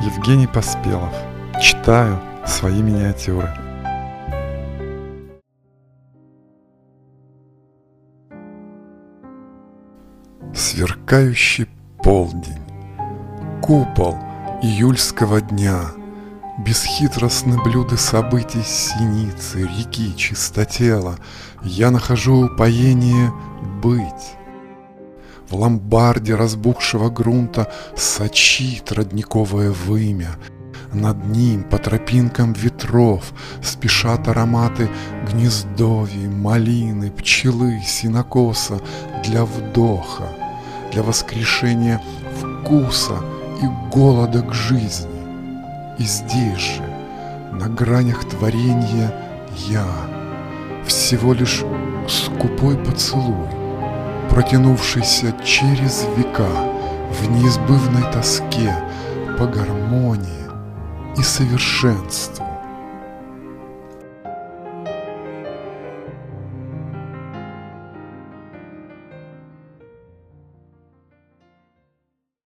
Евгений Поспелов. Читаю свои миниатюры. Сверкающий полдень, купол июльского дня, бесхитростны блюда событий синицы, реки, чистотела. Я нахожу упоение быть. В ломбарде разбухшего грунта сочит родниковое вымя. Над ним по тропинкам ветров спешат ароматы гнездовий, малины, пчелы, сенокоса для вдоха, для воскрешения вкуса и голода к жизни. И здесь же, на гранях творения, я всего лишь скупой поцелуй, протянувшийся через века в неизбывной тоске по гармонии и совершенству.